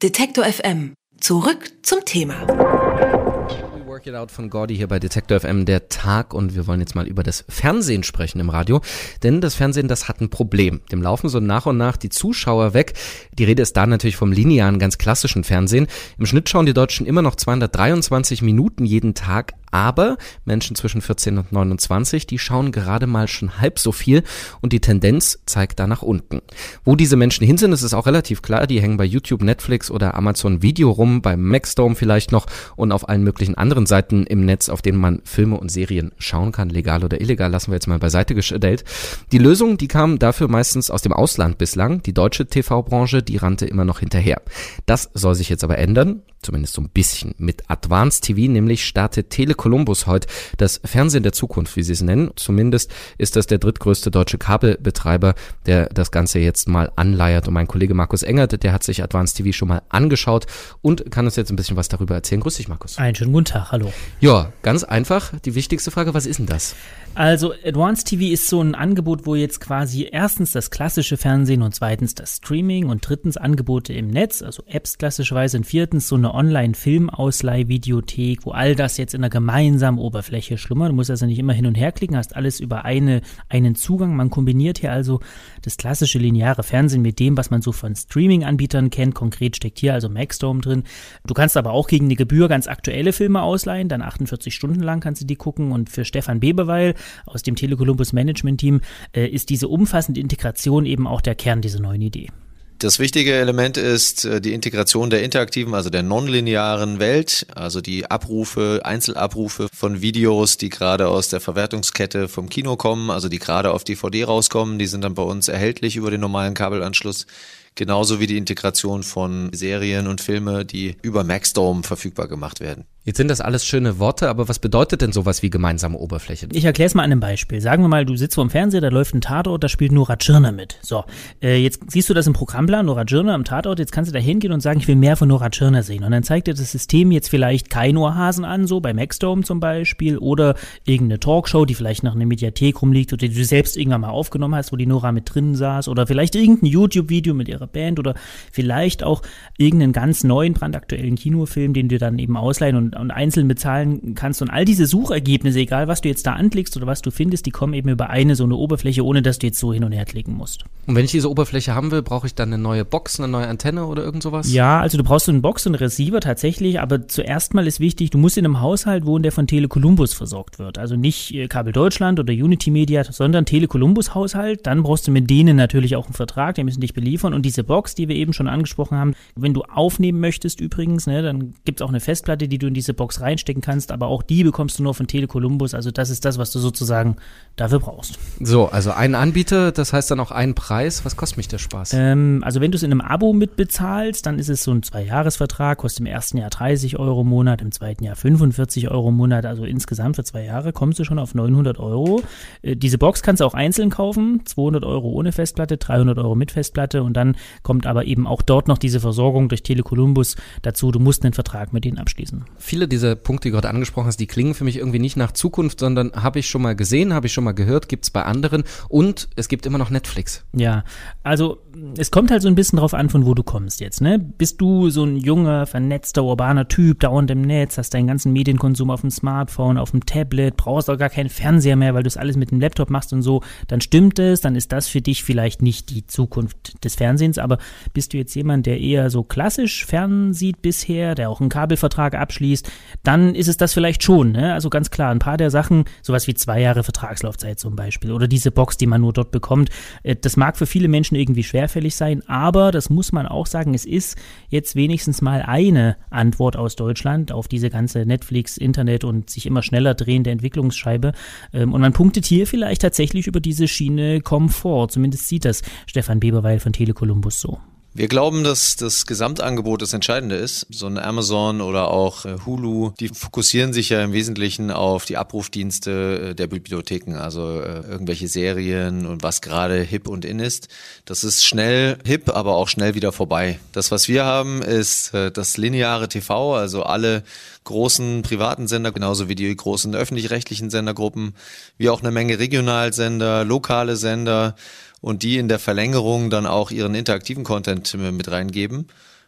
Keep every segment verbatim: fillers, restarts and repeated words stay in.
Detektor F M. Zurück zum Thema. Work It Out von Gordy hier bei Detektor F M, der Tag, und wir wollen jetzt mal über das Fernsehen sprechen im Radio, denn das Fernsehen, das hat ein Problem. Dem laufen so nach und nach die Zuschauer weg. Die Rede ist da natürlich vom linearen, ganz klassischen Fernsehen. Im Schnitt schauen die Deutschen immer noch zweihundertdreiundzwanzig Minuten jeden Tag, aber Menschen zwischen vierzehn und neunundzwanzig, die schauen gerade mal schon halb so viel und die Tendenz zeigt da nach unten. Wo diese Menschen hin sind, das ist auch relativ klar. Die hängen bei YouTube, Netflix oder Amazon Video rum, beim Maxdome vielleicht noch und auf allen möglichen anderen Seiten im Netz, auf denen man Filme und Serien schauen kann, legal oder illegal, lassen wir jetzt mal beiseite gestellt. Die Lösung, die kam dafür meistens aus dem Ausland bislang. Die deutsche T V-Branche, die rannte immer noch hinterher. Das soll sich jetzt aber ändern. Zumindest so ein bisschen. Mit Advanced T V nämlich startet Tele Columbus heute das Fernsehen der Zukunft, wie sie es nennen. Zumindest ist das der drittgrößte deutsche Kabelbetreiber, der das Ganze jetzt mal anleiert. Und mein Kollege Markus Engert, der hat sich Advanced T V schon mal angeschaut und kann uns jetzt ein bisschen was darüber erzählen. Grüß dich, Markus. Einen schönen guten Tag, hallo. Ja, ganz einfach. Die wichtigste Frage, was ist denn das? Also Advanced T V ist so ein Angebot, wo jetzt quasi erstens das klassische Fernsehen und zweitens das Streaming und drittens Angebote im Netz, also Apps klassischerweise, und viertens so eine Online-Filmausleih-Videothek, wo all das jetzt in einer gemeinsamen Oberfläche schlummert. Du musst also nicht immer hin und her klicken, hast alles über eine, einen Zugang. Man kombiniert hier also das klassische lineare Fernsehen mit dem, was man so von Streaming-Anbietern kennt. Konkret steckt hier also Maxdome drin. Du kannst aber auch gegen eine Gebühr ganz aktuelle Filme ausleihen, dann achtundvierzig Stunden lang kannst du die gucken, und für Stefan Bebeweil aus dem Tele Columbus Management-Team äh, ist diese umfassende Integration eben auch der Kern dieser neuen Idee. Das wichtige Element ist die Integration der interaktiven, also der nonlinearen Welt, also die Abrufe, Einzelabrufe von Videos, die gerade aus der Verwertungskette vom Kino kommen, also die gerade auf D V D rauskommen, die sind dann bei uns erhältlich über den normalen Kabelanschluss. Genauso wie die Integration von Serien und Filme, die über Maxdome verfügbar gemacht werden. Jetzt sind das alles schöne Worte, aber was bedeutet denn sowas wie gemeinsame Oberfläche? Ich erkläre es mal an einem Beispiel. Sagen wir mal, du sitzt vor dem Fernseher, da läuft ein Tatort, da spielt Nora Tschirner mit. So, äh, jetzt siehst du das im Programmplan, Nora Tschirner am Tatort, jetzt kannst du da hingehen und sagen, ich will mehr von Nora Tschirner sehen. Und dann zeigt dir das System jetzt vielleicht kein Ohrhasen an, so bei Maxdome zum Beispiel, oder irgendeine Talkshow, die vielleicht nach einer Mediathek rumliegt oder die du selbst irgendwann mal aufgenommen hast, wo die Nora mit drin saß, oder vielleicht irgendein YouTube-Video mit ihrer Band oder vielleicht auch irgendeinen ganz neuen, brandaktuellen Kinofilm, den du dann eben ausleihen und, und einzeln bezahlen kannst. Und all diese Suchergebnisse, egal was du jetzt da anklickst oder was du findest, die kommen eben über eine so eine Oberfläche, ohne dass du jetzt so hin und her klicken musst. Und wenn ich diese Oberfläche haben will, brauche ich dann eine neue Box, eine neue Antenne oder irgend sowas? Ja, also du brauchst so eine Box und einen Receiver tatsächlich, aber zuerst mal ist wichtig, du musst in einem Haushalt wohnen, der von Tele Columbus versorgt wird. Also nicht Kabel Deutschland oder Unity Media, sondern Tele Columbus Haushalt. Dann brauchst du mit denen natürlich auch einen Vertrag, die müssen dich beliefern. Und diese Box, die wir eben schon angesprochen haben, wenn du aufnehmen möchtest übrigens, ne, dann gibt es auch eine Festplatte, die du in diese Box reinstecken kannst, aber auch die bekommst du nur von Tele Columbus. Also das ist das, was du sozusagen dafür brauchst. So, also ein Anbieter, das heißt dann auch einen Preis. Was kostet mich der Spaß? Ähm, also wenn du es in einem Abo mitbezahlst, dann ist es so ein Zwei-Jahres-Vertrag, kostet im ersten Jahr dreißig Euro im Monat, im zweiten Jahr fünfundvierzig Euro im Monat, also insgesamt für zwei Jahre kommst du schon auf neunhundert Euro. Äh, diese Box kannst du auch einzeln kaufen, zweihundert Euro ohne Festplatte, dreihundert Euro mit Festplatte, und dann kommt aber eben auch dort noch diese Versorgung durch Tele Columbus dazu. Du musst einen Vertrag mit denen abschließen. Viele dieser Punkte, die du gerade angesprochen hast, die klingen für mich irgendwie nicht nach Zukunft, sondern habe ich schon mal gesehen, habe ich schon mal gehört, gibt es bei anderen, und es gibt immer noch Netflix. Ja, also es kommt halt so ein bisschen drauf an, von wo du kommst jetzt, ne? Bist du so ein junger, vernetzter, urbaner Typ, dauernd im Netz, hast deinen ganzen Medienkonsum auf dem Smartphone, auf dem Tablet, brauchst auch gar keinen Fernseher mehr, weil du es alles mit dem Laptop machst und so, dann stimmt es, dann ist das für dich vielleicht nicht die Zukunft des Fernsehens, aber bist du jetzt jemand, der eher so klassisch fernsieht bisher, der auch einen Kabelvertrag abschließt, dann ist es das vielleicht schon, ne? Also ganz klar, ein paar der Sachen, sowas wie zwei Jahre Vertragslaufzeit zum Beispiel oder diese Box, die man nur dort bekommt, das mag für viele Menschen irgendwie schwerfällig sein, aber das muss man auch sagen, es ist jetzt wenigstens mal eine Antwort aus Deutschland auf diese ganze Netflix, Internet und sich immer schneller drehende Entwicklungsscheibe, und man punktet hier vielleicht tatsächlich über diese Schiene Komfort, zumindest sieht das Stefan Bebeweil von Tele Columbus so. Wir glauben, dass das Gesamtangebot das Entscheidende ist. So ein Amazon oder auch Hulu, die fokussieren sich ja im Wesentlichen auf die Abrufdienste der Bibliotheken, also irgendwelche Serien und was gerade hip und in ist. Das ist schnell hip, aber auch schnell wieder vorbei. Das, was wir haben, ist das lineare T V, also alle großen privaten Sender, genauso wie die großen öffentlich-rechtlichen Sendergruppen, wie auch eine Menge Regionalsender, lokale Sender, und die in der Verlängerung dann auch ihren interaktiven Content mit reingeben.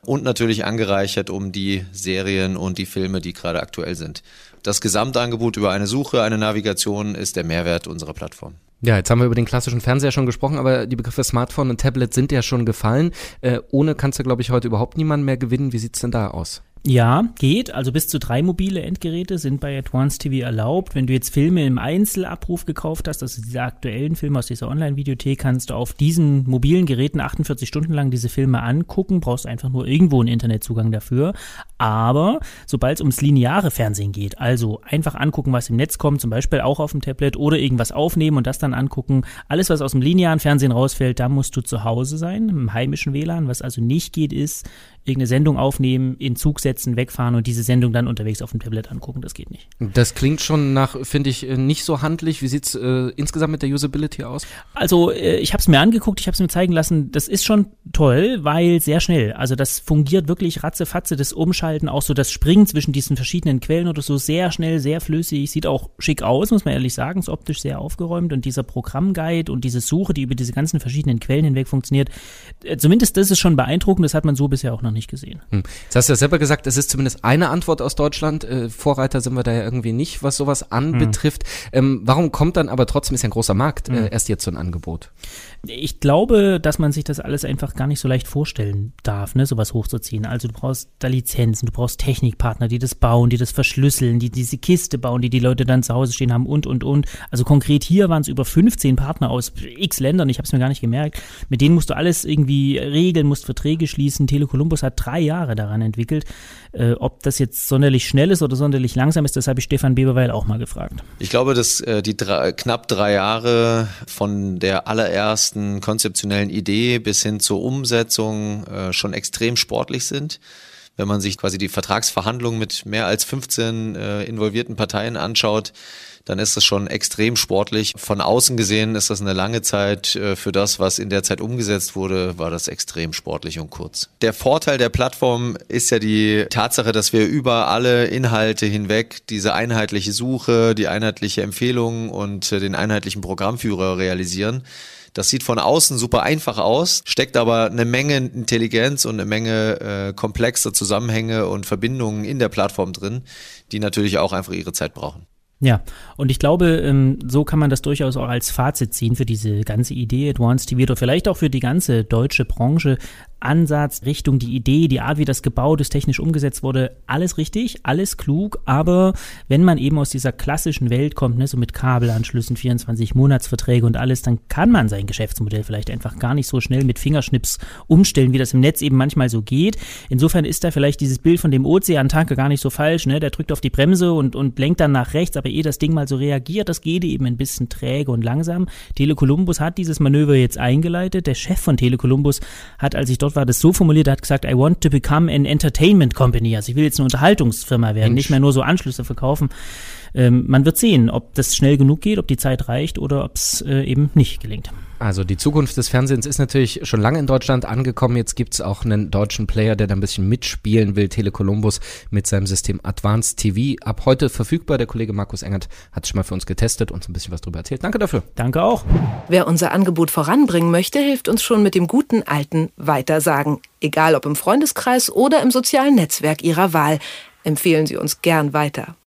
und natürlich angereichert um die Serien und die Filme, die gerade aktuell sind. Das Gesamtangebot über eine Suche, eine Navigation ist der Mehrwert unserer Plattform. Ja, jetzt haben wir über den klassischen Fernseher schon gesprochen, aber die Begriffe Smartphone und Tablet sind ja schon gefallen. Äh, ohne kannst du, glaube ich, heute überhaupt niemanden mehr gewinnen. Wie sieht's denn da aus? Ja, geht. Also bis zu drei mobile Endgeräte sind bei Advanced T V erlaubt. Wenn du jetzt Filme im Einzelabruf gekauft hast, also diese aktuellen Filme aus dieser Online-Videothek, kannst du auf diesen mobilen Geräten achtundvierzig Stunden lang diese Filme angucken, brauchst einfach nur irgendwo einen Internetzugang dafür. Aber sobald es ums lineare Fernsehen geht, also einfach angucken, was im Netz kommt, zum Beispiel auch auf dem Tablet oder irgendwas aufnehmen und das dann angucken, alles, was aus dem linearen Fernsehen rausfällt, da musst du zu Hause sein, im heimischen W L A N. Was also nicht geht, ist irgendeine Sendung aufnehmen, in Zug setzen, wegfahren und diese Sendung dann unterwegs auf dem Tablet angucken. Das geht nicht. Das klingt schon nach, finde ich, nicht so handlich. Wie sieht's äh, insgesamt mit der Usability aus? Also äh, ich habe es mir angeguckt, ich habe es mir zeigen lassen. Das ist schon toll, weil sehr schnell. Also das fungiert wirklich ratzefatze, das Umschalten, auch so das Springen zwischen diesen verschiedenen Quellen oder so, sehr schnell, sehr flüssig. Sieht auch schick aus, muss man ehrlich sagen. Ist optisch sehr aufgeräumt und dieser Programmguide und diese Suche, die über diese ganzen verschiedenen Quellen hinweg funktioniert, äh, zumindest das ist schon beeindruckend. Das hat man so bisher auch noch nicht gesehen. Hm. Jetzt hast du ja selber gesagt, es ist zumindest eine Antwort aus Deutschland. Äh, Vorreiter sind wir da ja irgendwie nicht, was sowas anbetrifft. Hm. Ähm, warum kommt dann aber trotzdem, ist ja ein großer Markt, hm. äh, erst jetzt so ein Angebot? Ich glaube, dass man sich das alles einfach gar nicht so leicht vorstellen darf, ne, sowas hochzuziehen. Also du brauchst da Lizenzen, du brauchst Technikpartner, die das bauen, die das verschlüsseln, die diese Kiste bauen, die die Leute dann zu Hause stehen haben und, und, und. Also konkret hier waren es über fünfzehn Partner aus x Ländern, ich habe es mir gar nicht gemerkt. Mit denen musst du alles irgendwie regeln, musst Verträge schließen. Tele Columbus hat drei Jahre daran entwickelt. Äh, ob das jetzt sonderlich schnell ist oder sonderlich langsam ist, das habe ich Stefan Beberweil auch mal gefragt. Ich glaube, dass äh, die drei, knapp drei Jahre von der allerersten konzeptionellen Idee bis hin zur Umsetzung äh, schon extrem sportlich sind. Wenn man sich quasi die Vertragsverhandlungen mit mehr als fünfzehn äh, involvierten Parteien anschaut, dann ist das schon extrem sportlich. Von außen gesehen ist das eine lange Zeit. Für das, was in der Zeit umgesetzt wurde, war das extrem sportlich und kurz. Der Vorteil der Plattform ist ja die Tatsache, dass wir über alle Inhalte hinweg diese einheitliche Suche, die einheitliche Empfehlung und den einheitlichen Programmführer realisieren. Das sieht von außen super einfach aus, steckt aber eine Menge Intelligenz und eine Menge äh, komplexer Zusammenhänge und Verbindungen in der Plattform drin, die natürlich auch einfach ihre Zeit brauchen. Ja, und ich glaube, so kann man das durchaus auch als Fazit ziehen für diese ganze Idee Advanced T V oder vielleicht auch für die ganze deutsche Branche. Ansatz, Richtung, die Idee, die Art, wie das gebaut ist, technisch umgesetzt wurde, alles richtig, alles klug, aber wenn man eben aus dieser klassischen Welt kommt, ne, so mit Kabelanschlüssen, vierundzwanzig Monatsverträge und alles, dann kann man sein Geschäftsmodell vielleicht einfach gar nicht so schnell mit Fingerschnips umstellen, wie das im Netz eben manchmal so geht. Insofern ist da vielleicht dieses Bild von dem Ozeantanker gar nicht so falsch, ne, der drückt auf die Bremse und, und lenkt dann nach rechts, aber ehe das Ding mal so reagiert, das geht eben ein bisschen träge und langsam. Tele Columbus hat dieses Manöver jetzt eingeleitet. Der Chef von Tele Columbus hat, als ich dort war, das so formuliert, er hat gesagt, I want to become an entertainment company. Also ich will jetzt eine Unterhaltungsfirma werden, Mensch. Nicht mehr nur so Anschlüsse verkaufen. Ähm, man wird sehen, ob das schnell genug geht, ob die Zeit reicht oder ob es äh, eben nicht gelingt. Also die Zukunft des Fernsehens ist natürlich schon lange in Deutschland angekommen. Jetzt gibt's auch einen deutschen Player, der da ein bisschen mitspielen will, Tele Columbus mit seinem System Advanced T V. Ab heute verfügbar. Der Kollege Markus Engert hat es schon mal für uns getestet und uns ein bisschen was darüber erzählt. Danke dafür. Danke auch. Wer unser Angebot voranbringen möchte, hilft uns schon mit dem guten alten Weitersagen. Egal ob im Freundeskreis oder im sozialen Netzwerk Ihrer Wahl. Empfehlen Sie uns gern weiter.